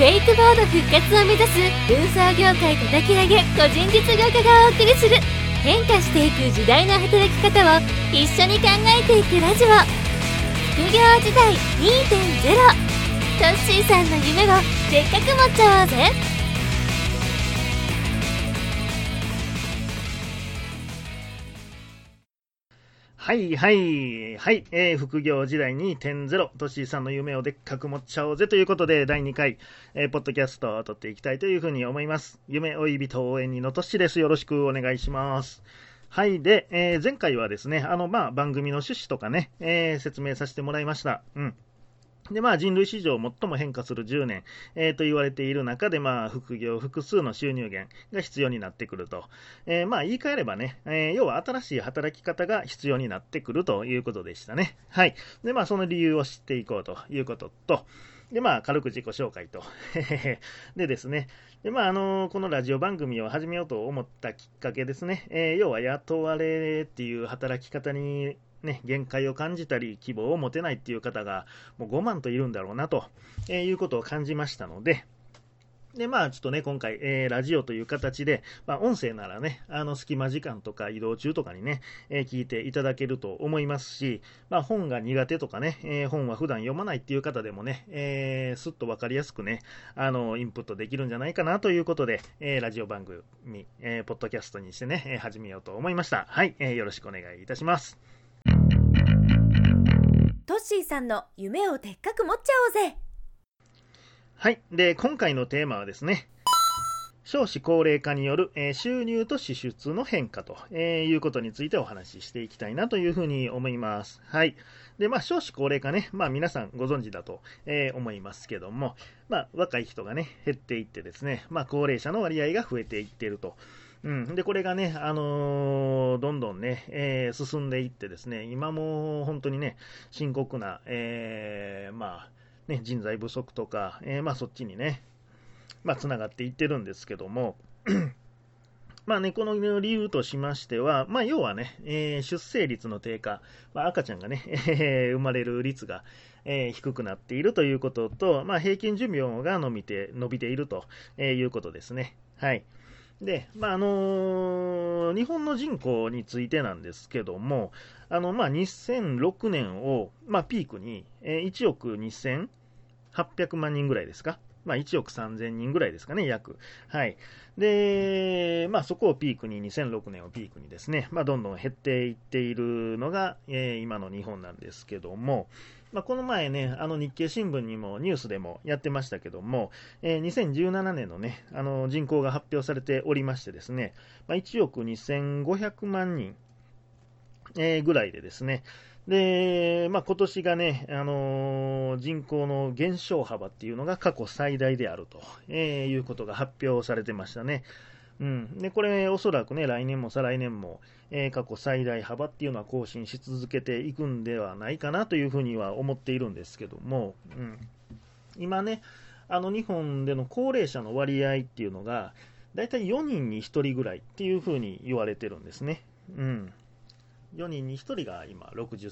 ェイクボード復活を目指す運送業界叩き上げ個人実業家がお送りする変化していく時代の働き方を一緒に考えていくラジオ、副業時代 2.0。 トッシーさんの夢をでっかく持っちゃおうぜ。 はいはいはい、副業時代 2.0 トッシーさんの夢をでっかく持っちゃおうぜということで第2回、ポッドキャストを撮っていきたいというふうに思います。夢追い人応援人のトッシーです。よろしくお願いします。はいで、前回はですね番組の趣旨とかね、説明させてもらいました。で人類史上最も変化する10年、と言われている中で、副業、複数の収入源が必要になってくると。言い換えればね、要は新しい働き方が必要になってくるということでしたね。はい。で、その理由を知っていこうということと、で、軽く自己紹介と。でですね、で、このラジオ番組を始めようと思ったきっかけですね。要は雇われっていう働き方に限界を感じたり希望を持てないっていう方がもう5万といるんだろうなと、いうことを感じましたので、ちょっとね今回、ラジオという形で、音声ならね隙間時間とか移動中とかにね、聞いていただけると思いますし、本が苦手とかね、本は普段読まないっていう方でもね、すっと分かりやすくねインプットできるんじゃないかなということで、ラジオ番組、ポッドキャストにしてね、始めようと思いました。はい、よろしくお願いいたします。 トッシーさんの夢をでっかく持っちゃおうぜ。 はい。で、今回のテーマはですね、少子高齢化による、収入と支出の変化と、いうことについてお話ししていきたいなというふうに思います。はい。で、少子高齢化ね、皆さんご存知だと、思いますけども、若い人がね、減っていってですね、高齢者の割合が増えていっていると。でこれがね、どんどんね、進んでいってですね、今も本当にね、深刻な、人材不足とか、そっちにね、つながっていってるんですけども、この理由としましては、要はね、出生率の低下、赤ちゃんがね、生まれる率が、低くなっているということと、平均寿命が伸びているということですね。はい。で、日本の人口についてなんですけども、2006年を、ピークに、1億2800万人ぐらいですか。1億3000人ぐらいですかね、約。はい。で、そこをピークに、2006年をピークにですね、どんどん減っていっているのが、今の日本なんですけども、この前ね、日経新聞にもニュースでもやってましたけども、2017年のね、人口が発表されておりましてですね、1億2500万人、ぐらいでですね、で、今年がね、人口の減少幅っていうのが過去最大であると、いうことが発表されてましたね。でこれおそらくね来年も再来年も、過去最大幅っていうのは更新し続けていくんではないかなというふうには思っているんですけども、今ね日本での高齢者の割合っていうのがだいたい4人に1人ぐらいっていうふうに言われてるんですね。4人に1人が今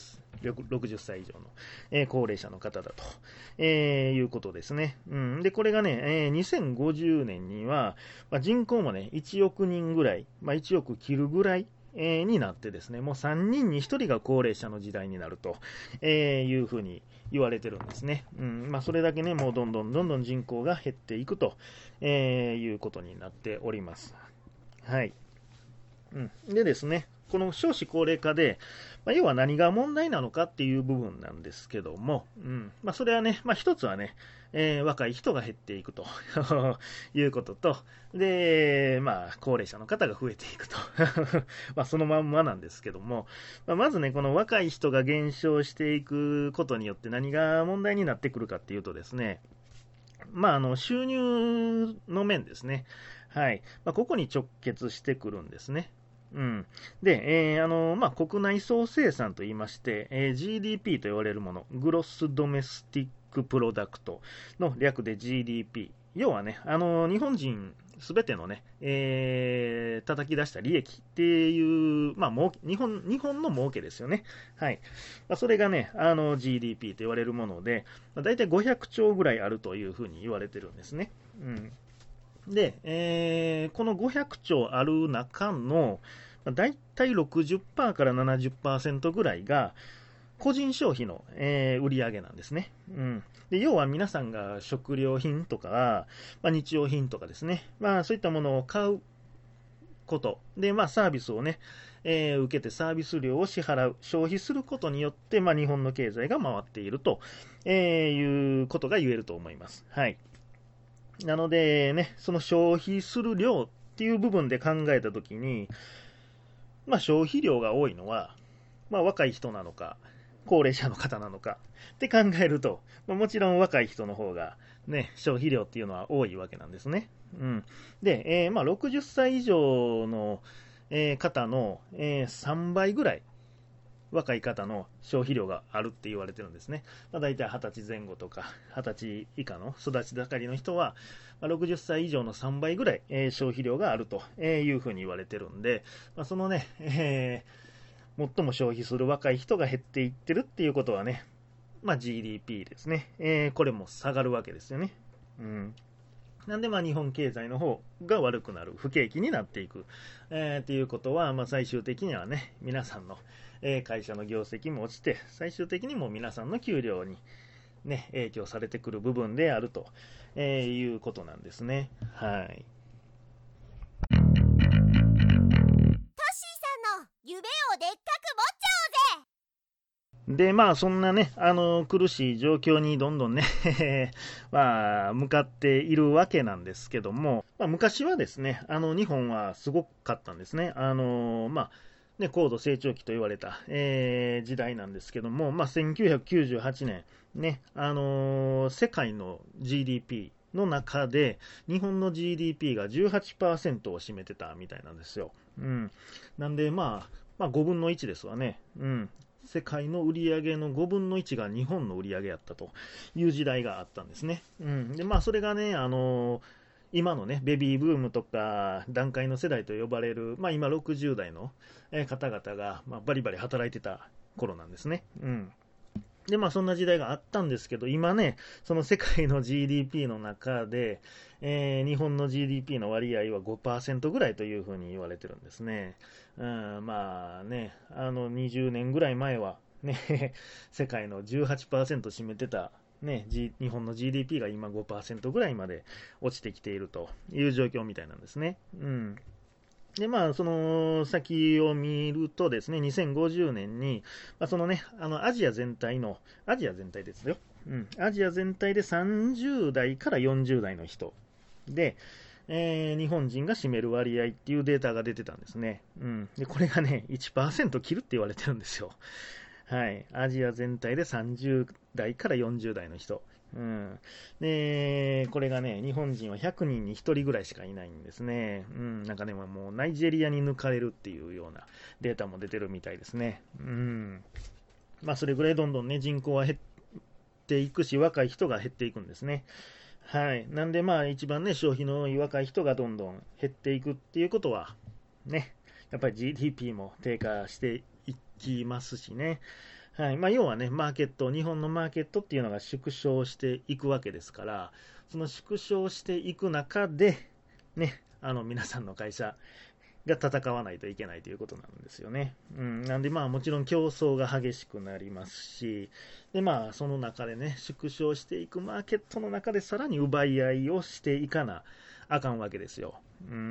60歳以上の、高齢者の方だと、いうことですね。でこれがね、2050年には、人口もね1億人ぐらい、1億切るぐらい、になってですね、もう3人に1人が高齢者の時代になると、いうふうに言われてるんですね。それだけねもうどんどん人口が減っていくと、いうことになっております。はい。でですね、この少子高齢化で、要は何が問題なのかっていう部分なんですけども、それはね、一つはね、若い人が減っていくということと、で、高齢者の方が増えていくとそのまんまなんですけども、まずね、この若い人が減少していくことによって何が問題になってくるかっていうとですね、収入の面ですね。はい。ここに直結してくるんですね。で、国内総生産といいまして、GDP と言われるもの、グロスドメスティックプロダクトの略で GDP。要はね、日本人すべてのね、叩き出した利益っていう、まあ、日本の儲けですよね。はい。まあ、それがね、GDP と言われるもので、まあ、大体500兆ぐらいあるというふうに言われてるんですね。で、この500兆ある中の、まあ、大体60%から70%ぐらいが、個人消費の、売り上げなんですね。で要は皆さんが食料品とか、まあ、日用品とかですね、まあ、そういったものを買うことで、まあ、サービスをね、受けてサービス料を支払う、消費することによって、まあ、日本の経済が回っていると、いうことが言えると思います。はい。なのでね、その消費する量っていう部分で考えたときに、まあ、消費量が多いのは、まあ、若い人なのか、高齢者の方なのかって考えると、もちろん若い人の方が、ね、消費量っていうのは多いわけなんですね。で、まあ、60歳以上の、方の、3倍ぐらい若い方の消費量があるって言われてるんですね。まあ、大体20歳前後とか20歳以下の育ち盛りの人は、60歳以上の3倍ぐらい、消費量があるというふうに言われてるんで、まあ、そのね、最も消費する若い人が減っていってるっていうことはね、まあ、GDP ですね、これも下がるわけですよね。なんでまあ日本経済の方が悪くなる、不景気になっていく、っていうことは、まあ、最終的にはね、皆さんの、会社の業績も落ちて、最終的にも皆さんの給料に、ね、影響されてくる部分であると、いうことなんですね。はい。 トッシーさんの夢をでっかく持っちゃおうぜ。 で、まあ、そんなね、苦しい状況にどんどんね、まあ、向かっているわけなんですけども、まあ、昔はですね、日本はすごかったんですね。まあ、ね、高度成長期と言われた、時代なんですけども、まあ、1998年、ね、世界の GDP の中で、日本の GDP が 18% を占めてたみたいなんですよ。なんで、まあ、5分の1ですわね。世界の売り上げの5分の1が日本の売り上げやったという時代があったんですね。で、まあ、それがね、今のね、ベビーブームとか、団塊の世代と呼ばれる、まあ、今60代の方々が、まあ、バリバリ働いてた頃なんですね。で、まあ、そんな時代があったんですけど、今ね、その世界の GDP の中で、日本の GDP の割合は 5% ぐらいというふうに言われてるんですね。まあね、20年ぐらい前は、ね、世界の 18% 占めてた、ね、日本の GDP が今 5% ぐらいまで落ちてきているという状況みたいなんですね。で、まあ、その先を見るとですね、2050年に、まあ、そのね、アジア全体ですよ。アジア全体で30代から40代の人で、日本人が占める割合っていうデータが出てたんですね。で、これがね、1% 切るって言われてるんですよ。はい。アジア全体で30代から40代の人。で、これがね、日本人は100人に1人ぐらいしかいないんですね。なんかね、もうナイジェリアに抜かれるっていうようなデータも出てるみたいですね。まあ、それぐらいどんどんね、人口は減っていくし、若い人が減っていくんですね。はい。なんで、まあ、一番ね、消費の多い若い人がどんどん減っていくっていうことは、ね、やっぱり GDP も低下していきますしね。はい。まあ、要はね、日本のマーケットっていうのが縮小していくわけですから、その縮小していく中で、ね、皆さんの会社が戦わないといけないということなんですよね。なんで、まあ、もちろん競争が激しくなりますし、で、まあ、その中でね、縮小していくマーケットの中でさらに奪い合いをしていかなあかんわけですよ。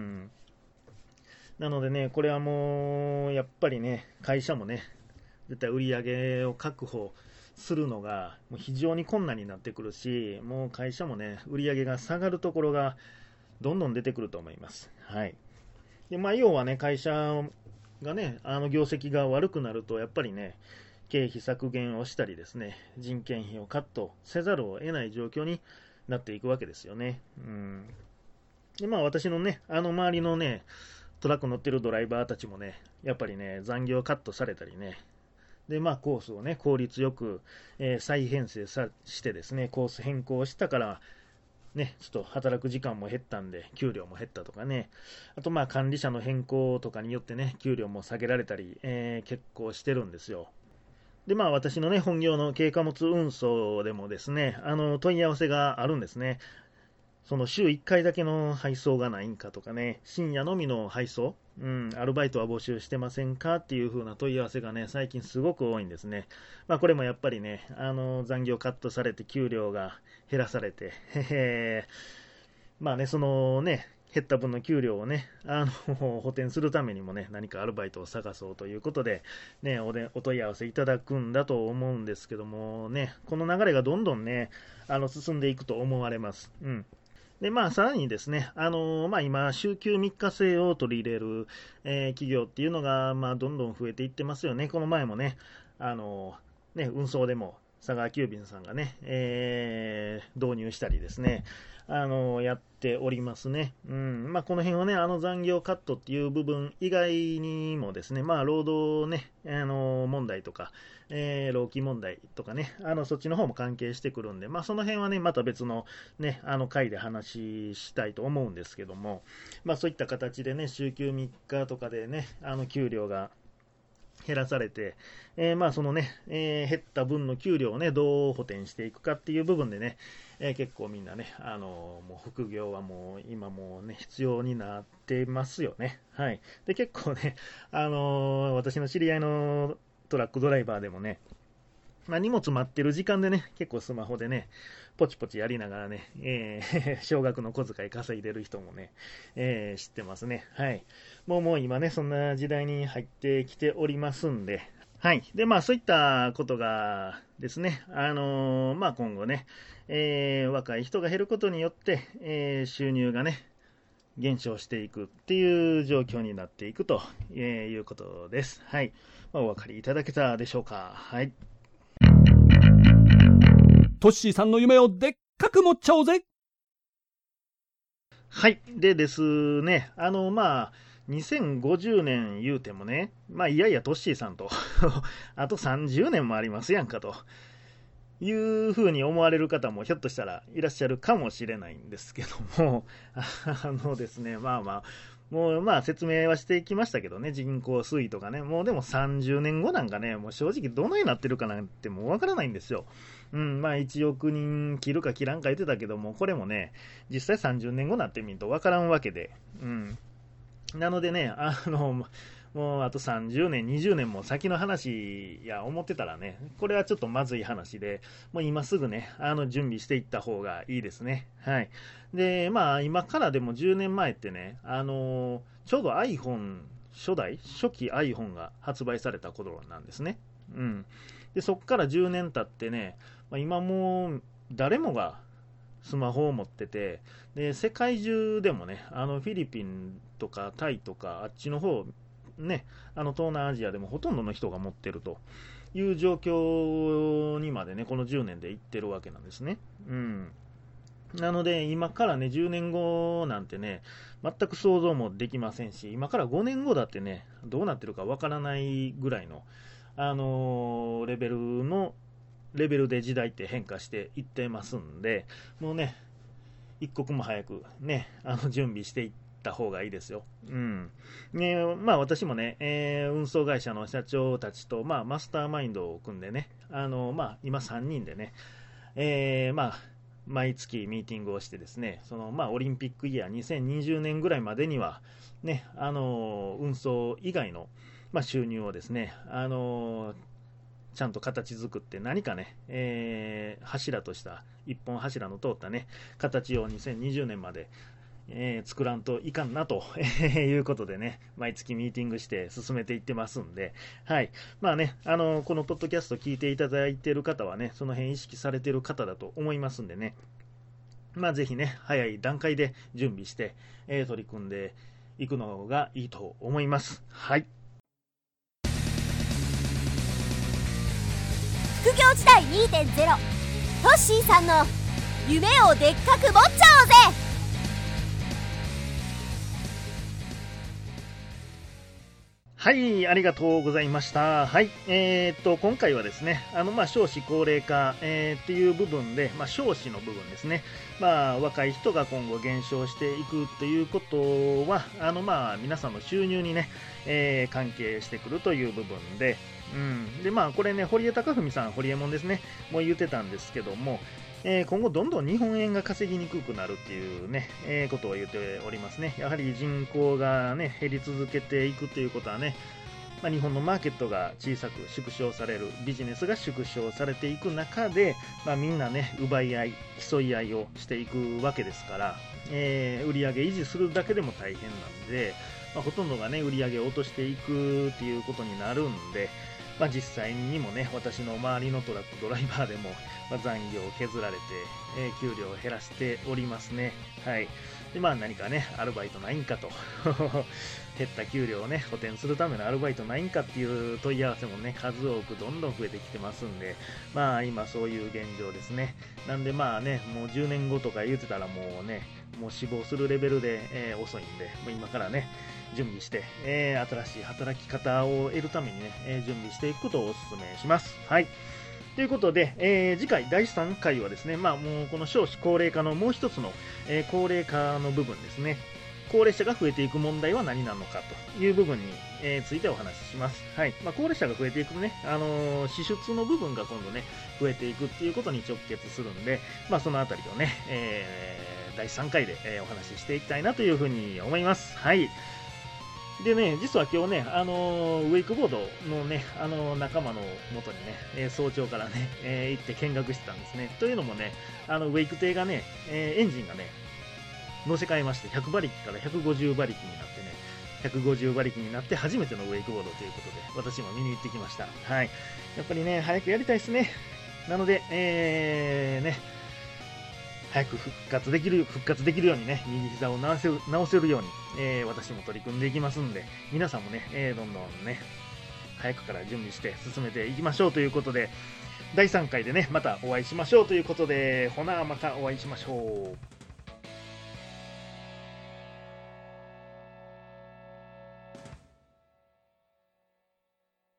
なのでね、これはもう、やっぱりね、会社もね、絶対売り上げを確保するのがもう非常に困難になってくるし、もう会社もね、売り上げが下がるところがどんどん出てくると思います。はい。で、まあ、要はね、会社がね、業績が悪くなると、やっぱりね、経費削減をしたりですね、人件費をカットせざるを得ない状況になっていくわけですよね。で、まあ、私のね、周りのね、トラック乗ってるドライバーたちもね、やっぱりね、残業カットされたりね、で、まあ、コースをね、効率よく、再編成してですね、コース変更したから、 ね、ちょっと働く時間も減ったんで、給料も減ったとかね、あと管理者の変更とかによってね、給料も下げられたり、結構してるんですよ。で、私のね、本業の軽貨物運送でもですね、問い合わせがあるんですね。その週1回だけの配送がないんかとかね、深夜のみの配送、アルバイトは募集してませんかっていう風な問い合わせがね、最近すごく多いんですね。これもやっぱりね、残業カットされて給料が減らされて、そのね、減った分の給料をね、補填するためにもね、何かアルバイトを探そうということで、ね、お問い合わせいただくんだと思うんですけどもね、この流れがどんどんね、進んでいくと思われます。で、さらにですね、今、週休3日制を取り入れる、企業っていうのが、どんどん増えていってますよね。この前もね、運送でも、佐川急便さんがね、導入したりですね、やっておりますね。この辺はね、残業カットっていう部分以外にもですね、労働ね、問題とか、労基問題とかね、そっちの方も関係してくるんで、その辺はね、また別のね、回で話したいと思うんですけども、そういった形でね、週休3日とかでね、給料が減らされて、そのね、減った分の給料をね、どう補填していくかっていう部分でね、結構みんなね、もう副業はもう今もうね、必要になってますよね。はい。で、結構ね、私の知り合いのトラックドライバーでもね、荷物待ってる時間でね、結構スマホでね、ポチポチやりながらね、少額の小遣い稼いでる人もね、知ってますね。はい。もう今ね、そんな時代に入ってきておりますんで、はい。で、そういったことがですね、今後ね、若い人が減ることによって、収入がね、減少していくっていう状況になっていくということです。はい。お分かりいただけたでしょうか。はい。 トッシーさんの夢をでっかく持っちゃおうぜ。 はい。でですね、2050年言うてもね、いやいやトッシーさんと、あと30年もありますやんかというふうに思われる方もひょっとしたらいらっしゃるかもしれないんですけども、ですね、もう説明はしてきましたけどね、人口推移とかね、もうでも30年後なんかね、もう正直どのようになってるかなんてもうわからないんですよ。1億人切るか切らんか言ってたけども、これもね、実際30年後になってみるとわからんわけで、なのでね、もうあと30年、20年も先の話や思ってたらね、これはちょっとまずい話で、もう今すぐね、準備していった方がいいですね。はい。で、今からでも10年前ってね、ちょうど iPhone、初期 iPhone が発売された頃なんですね。で、そっから10年経ってね、今もう誰もがスマホを持ってて、で、世界中でもね、フィリピンとかタイとか、あっちの方、ね、東南アジアでもほとんどの人が持ってるという状況にまでね、この10年でいってるわけなんですね。なので、今からね、10年後なんてね、全く想像もできませんし、今から5年後だってね、どうなってるかわからないぐらいの、レベルで時代って変化していってますんで、もうね、一刻も早くね、準備していった方がいいですよ。私もね、運送会社の社長たちと、マスターマインドを組んでね、今3人でね、毎月ミーティングをしてですね、オリンピックイヤー2020年ぐらいまでには、ね、運送以外の、収入をですね、ちゃんと形作って何かね、柱とした一本柱の通ったね、形を2020年まで、作らんといかんなということでね、毎月ミーティングして進めていってますんで、はい。このポッドキャスト聞いていただいている方はね、その辺意識されている方だと思いますんでね、ぜひね、早い段階で準備して、取り組んでいくのがいいと思います。はい。 副業時代 2.0 トッシーさんの夢をでっかく持っちゃおうぜ。 はい、ありがとうございました。はい、今回はですね、少子高齢化、っていう部分で、少子の部分ですね、若い人が今後減少していくということは、皆さんの収入にね、関係してくるという部分で、で、これね、堀江貴文さん、堀江門ですね、もう言ってたんですけども、今後どんどん日本円が稼ぎにくくなるっていうね、ことを言っておりますね。やはり人口がね、減り続けていくということはね、日本のマーケットが小さく縮小される、ビジネスが縮小されていく中で、みんなね、奪い合い、競い合いをしていくわけですから、売上維持するだけでも大変なんで、ほとんどがね、売上を落としていくっていうことになるんで、実際にもね、私の周りのトラックドライバーでも、残業を削られて、給料を減らしておりますね。はい。で、何かね、アルバイトないんかと。減った給料をね、補填するためのアルバイトないんかっていう問い合わせもね、数多くどんどん増えてきてますんで、今そういう現状ですね。なんでもう10年後とか言ってたらもうね、もう死亡するレベルで、遅いんで、もう今からね、準備して、新しい働き方を得るためにね、準備していくことをお勧めします。はい。ということで、次回第3回はですね、もうこの少子高齢化のもう一つの、高齢化の部分ですね。高齢者が増えていく問題は何なのかという部分に、ついてお話しします。はい。高齢者が増えていくとね、支出の部分が今度ね、増えていくっていうことに直結するんで、そのあたりをね、第3回で、お話ししていきたいなというふうに思います。はい。でね、実は今日ね、ウェイクボードのね、仲間のもとにね、早朝からね、行って見学してたんですね。というのもね、ウェイク艇がね、エンジンがね、乗せ替えまして、100馬力から150馬力になってね、150馬力になって初めてのウェイクボードということで、私も見に行ってきました。はい。やっぱりね、早くやりたいですね。なので、早く復活できるようにね、右膝を直せるように、私も取り組んでいきますんで、皆さんもね、どんどんね、早くから準備して進めていきましょうということで、第3回でね、またお会いしましょうということで、ほな、またお会いしましょう。